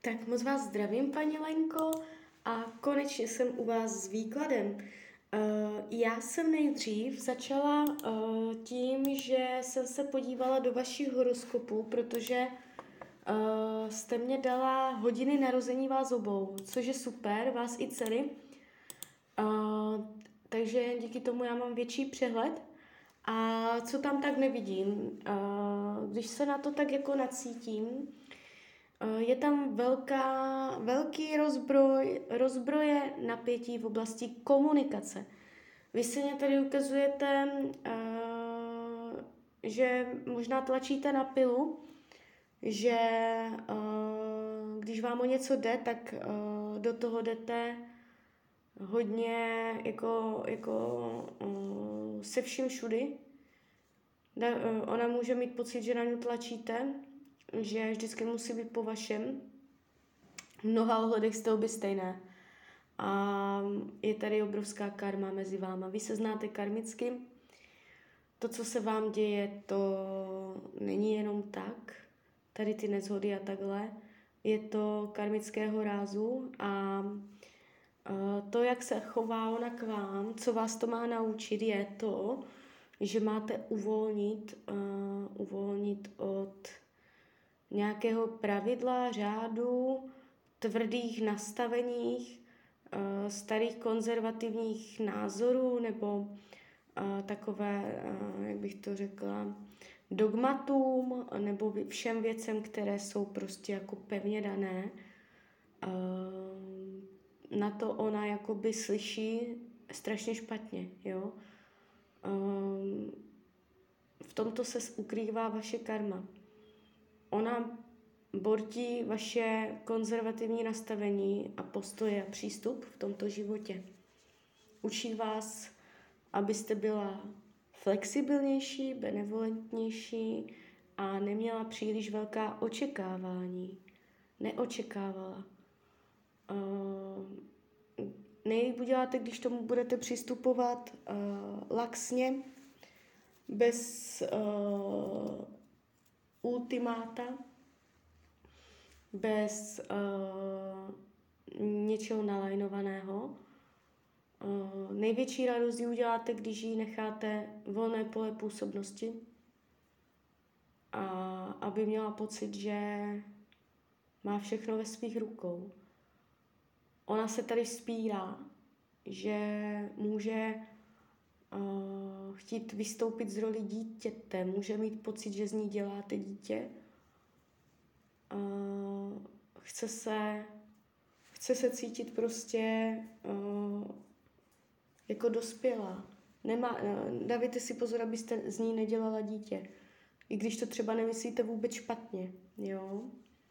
Tak moc vás zdravím, paní Lenko, a konečně jsem u vás s výkladem. Já jsem nejdřív začala tím, že jsem se podívala do vašich horoskopů, protože jste mě dala hodiny narození vás obou, což je super, vás i dcery. Takže díky tomu já mám větší přehled. A co tam tak nevidím? Když se na to tak jako nacítím, je tam velký rozbroje napětí v oblasti komunikace. Vy se mě tady ukazujete, že možná tlačíte na pilu, že když vám o něco jde, tak do toho jdete hodně se vším všudy. Ona může mít pocit, že na ní tlačíte, že vždycky musí být po vašem. V mnoha ohledech jste obě stejné. A je tady obrovská karma mezi váma. Vy se znáte karmicky. To, co se vám děje, to není jenom tak. Tady ty neshody a takhle. Je to karmického rázu a to, jak se chová ona k vám, co vás to má naučit, je to, že máte uvolnit od nějakého pravidla, řádu, tvrdých nastaveních, starých konzervativních názorů nebo takové, jak bych to řekla, dogmatům nebo všem věcem, které jsou prostě jako pevně dané. Na to ona jakoby slyší strašně špatně, jo. V tomto se ukrývá vaše karma. Ona bortí vaše konzervativní nastavení a postoje a přístup v tomto životě. Učí vás, abyste byla flexibilnější, benevolentnější a neměla příliš velká očekávání. Neočekávala. Nejlíp uděláte, když tomu budete přistupovat laxně, bez ultimáta, bez něčeho nalajnovaného. Největší radost ji uděláte, když ji necháte volné pole působnosti a aby měla pocit, že má všechno ve svých rukou. Ona se tady vzpírá, že může chtít vystoupit z roli dítěte, může mít pocit, že z ní děláte dítě. Chce se cítit prostě jako dospělá. Dávajte si pozor, abyste z ní nedělala dítě. I když to třeba nemyslíte vůbec špatně. Jo?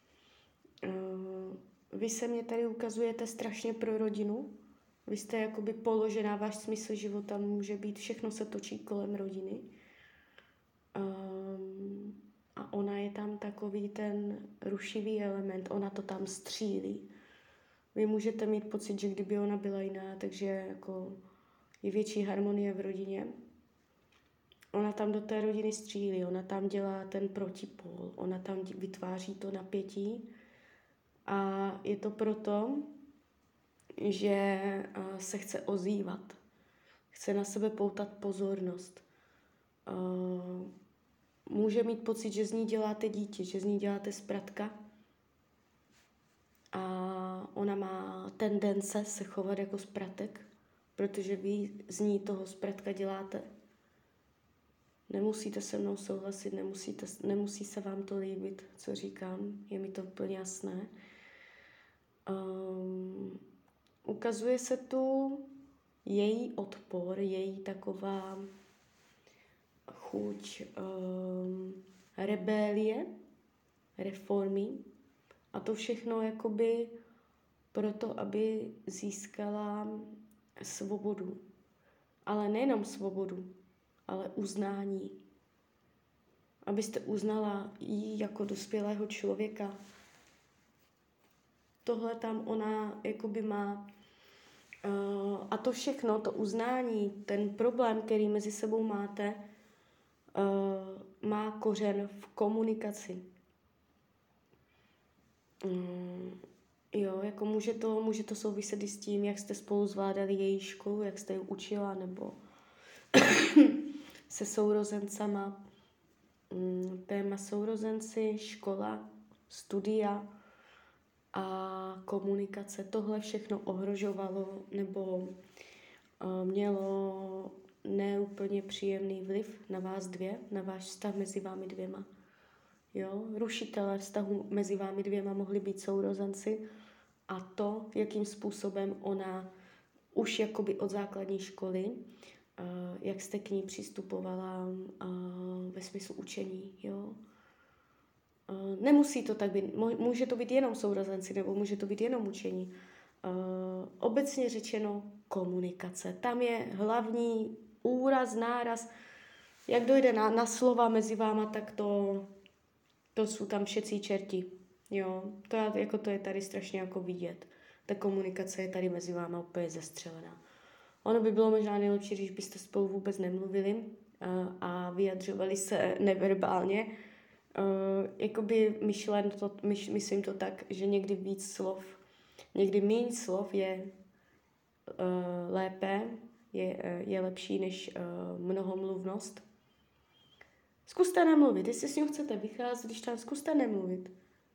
Vy se mě tady ukazujete strašně pro rodinu. Vy jste jakoby položená, váš smysl života může být, všechno se točí kolem rodiny. A ona je tam takový ten rušivý element, ona to tam střílí. Vy můžete mít pocit, že kdyby ona byla jiná, takže jako je větší harmonie v rodině. Ona tam do té rodiny střílí, ona tam dělá ten protipol, ona tam vytváří to napětí. A je to proto, že se chce ozývat. Chce na sebe poutat pozornost. Může mít pocit, že z ní děláte dítě, že z ní děláte spratka. A ona má tendence se chovat jako spratek, protože vy z ní toho spratka děláte. Nemusíte se mnou souhlasit, nemusí se vám to líbit, co říkám, je mi to úplně jasné. Ukazuje se tu její odpor, její taková chuť rebélie, reformy a to všechno jakoby proto, aby získala svobodu. Ale nejenom svobodu, ale uznání. Abyste uznala jí jako dospělého člověka. Tohle tam ona jakoby má. A to všechno, to uznání, ten problém, který mezi sebou máte, má kořen v komunikaci. jako může to souviset i s tím, jak jste spolu zvládali její školu, jak jste ji učila, nebo se sourozencama. Téma sourozenci, škola, studia a komunikace. Tohle všechno ohrožovalo nebo mělo neúplně příjemný vliv na vás dvě, na váš vztah mezi vámi dvěma. Jo? Rušitelé vztahu mezi vámi dvěma mohli být sourozenci a to, jakým způsobem ona už jakoby od základní školy, jak jste k ní přistupovala ve smyslu učení. Jo? Nemusí to tak být, může to být jenom sourozenci nebo může to být jenom učení. Obecně řečeno komunikace. Tam je hlavní úraz, náraz. Jak dojde na slova mezi váma, tak to jsou tam všetci čerti. Jo? To je tady strašně jako vidět. Ta komunikace je tady mezi váma úplně zestřelená. Ono by bylo možná nejlepší, když byste spolu vůbec nemluvili a vyjadřovali se neverbálně. Jakoby myslím to tak, že někdy víc slov, někdy méně slov je lépe, je lepší než mnohomluvnost. Zkuste nemluvit, jestli s ním chcete vycházet, když tam zkuste nemluvit.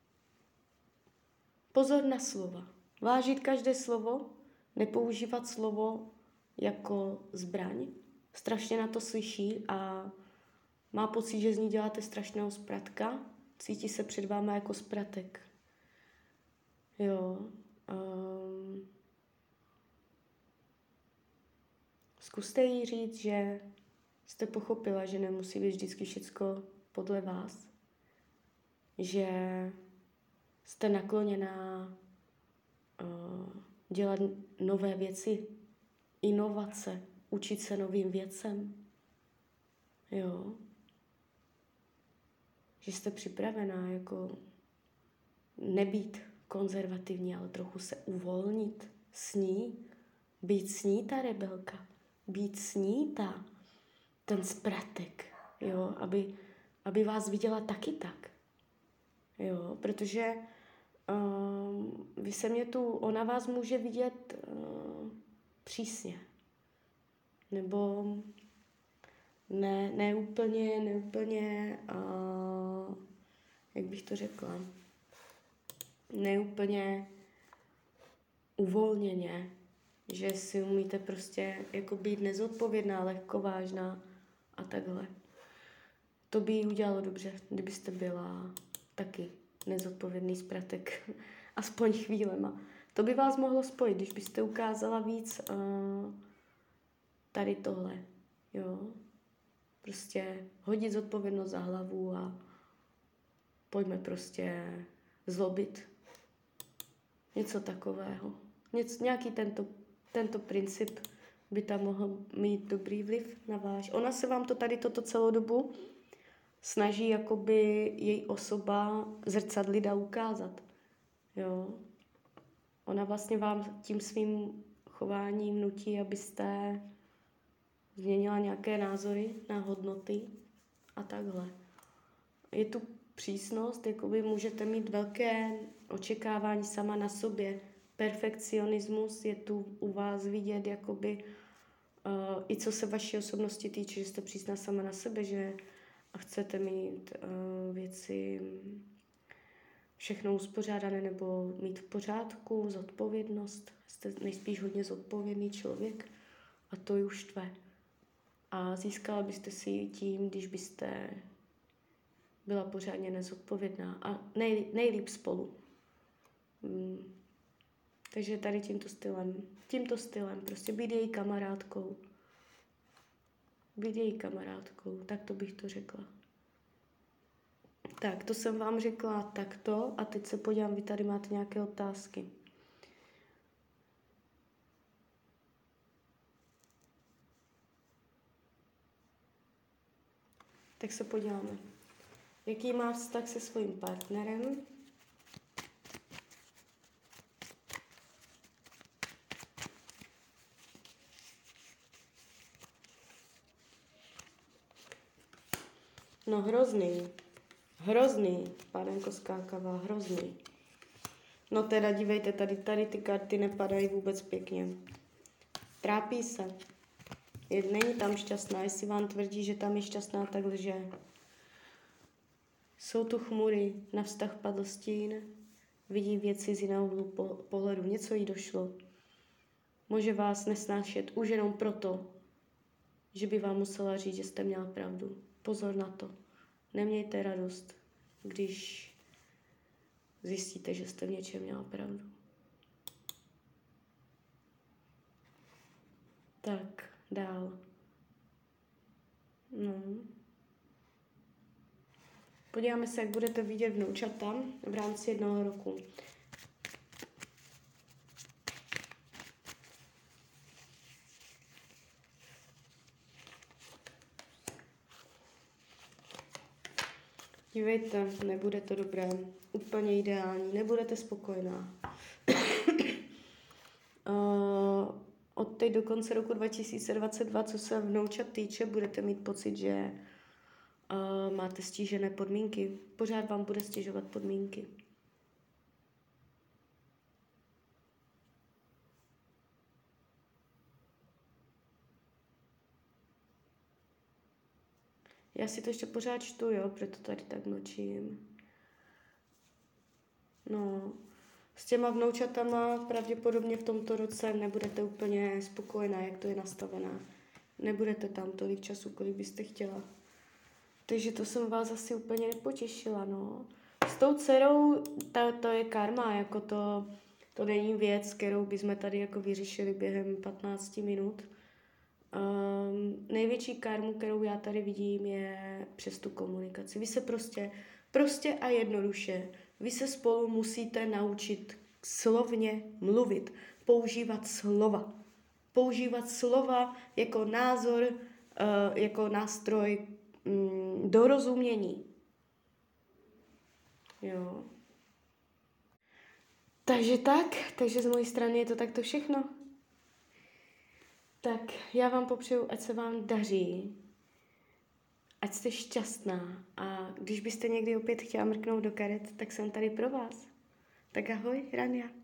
Pozor na slova. Vážit každé slovo, nepoužívat slovo jako zbraň. Strašně na to slyší a má pocit, že z ní děláte strašného spratka. Cítí se před váma jako spratek. Jo. Zkuste jí říct, že jste pochopila, že nemusí být vždycky všecko podle vás. Že jste nakloněná dělat nové věci, inovace, učit se novým věcem. Jo. Že jste připravená jako nebýt konzervativní, ale trochu se uvolnit s ní, být s ní ta rebelka, být s ní ten spratek, jo, aby vás viděla taky tak. Jo, protože ona vás může vidět přísně. Nebo ne úplně, jak bych to řekla, ne úplně uvolněně, že si umíte prostě jako být nezodpovědná, lehkovážná a takhle. To by jí udělalo dobře, kdybyste byla taky nezodpovědný spratek, aspoň chvílema. To by vás mohlo spojit, když byste ukázala víc tady tohle, jo. Prostě hodit zodpovědnost za hlavu a pojďme prostě zlobit. Něco takového. Nějaký tento princip by tam mohl mít dobrý vliv na váš. Ona se vám to tady toto celou dobu snaží jakoby její osoba zrcadlit a ukázat. Jo. Ona vlastně vám tím svým chováním nutí, abyste změnila nějaké názory na hodnoty a takhle. Je tu přísnost, jakoby můžete mít velké očekávání sama na sobě. Perfekcionismus je tu u vás vidět, jakoby i co se vaší osobnosti týče, že jste přísná sama na sebe, že chcete mít věci všechno uspořádané nebo mít v pořádku, zodpovědnost. Jste nejspíš hodně zodpovědný člověk a to ji už štve. A získala byste si ji tím, když byste byla pořádně nezodpovědná a nejlíp spolu. Takže tady tímto stylem, prostě být její kamarádkou. Být její kamarádkou, tak to bych to řekla. Tak, to jsem vám řekla takto a teď se podívám, vy tady máte nějaké otázky. Tak se podíváme. Jaký má vztah se svým partnerem? No hrozný, pánenko skákavá, hrozný. No teda dívejte, tady ty karty nepadají vůbec pěkně. Trápí se. Není tam šťastná, jestli vám tvrdí, že tam je šťastná, tak lže. Jsou tu chmury, na vztah padl stín, vidí věci z jiného úhlu pohledu, něco jí došlo. Může vás nesnášet už jenom proto, že by vám musela říct, že jste měla pravdu. Pozor na to. Nemějte radost, když zjistíte, že jste v něčem měla pravdu. Tak, dál. No. Podíváme se, jak budete vidět vnoučata v rámci 1 roku. Dívejte, nebude to dobré, úplně ideální, nebudete spokojená. Od teď do konce roku 2022, co se vnoučat týče, budete mít pocit, že máte stížené podmínky. Pořád vám bude stěžovat podmínky. Já si to ještě pořád čtu, jo, proto tady tak mlčím. No, s těma vnoučatama pravděpodobně v tomto roce nebudete úplně spokojená, jak to je nastavená. Nebudete tam tolik času, kolik byste chtěla. Takže to jsem vás asi úplně nepotěšila, no. S tou dcerou, to je karma, jako to není věc, kterou bychom tady jako vyřešili během 15 minut. Největší karmu, kterou já tady vidím, je přes tu komunikaci. Vy se prostě a jednoduše, vy se spolu musíte naučit slovně mluvit, používat slova. Používat slova jako názor, jako nástroj dorozumění. Jo. Takže z mojí strany je to takto všechno. Tak já vám popřeju, ať se vám daří, ať jste šťastná a když byste někdy opět chtěla mrknout do karet, tak jsem tady pro vás. Tak ahoj, Rania.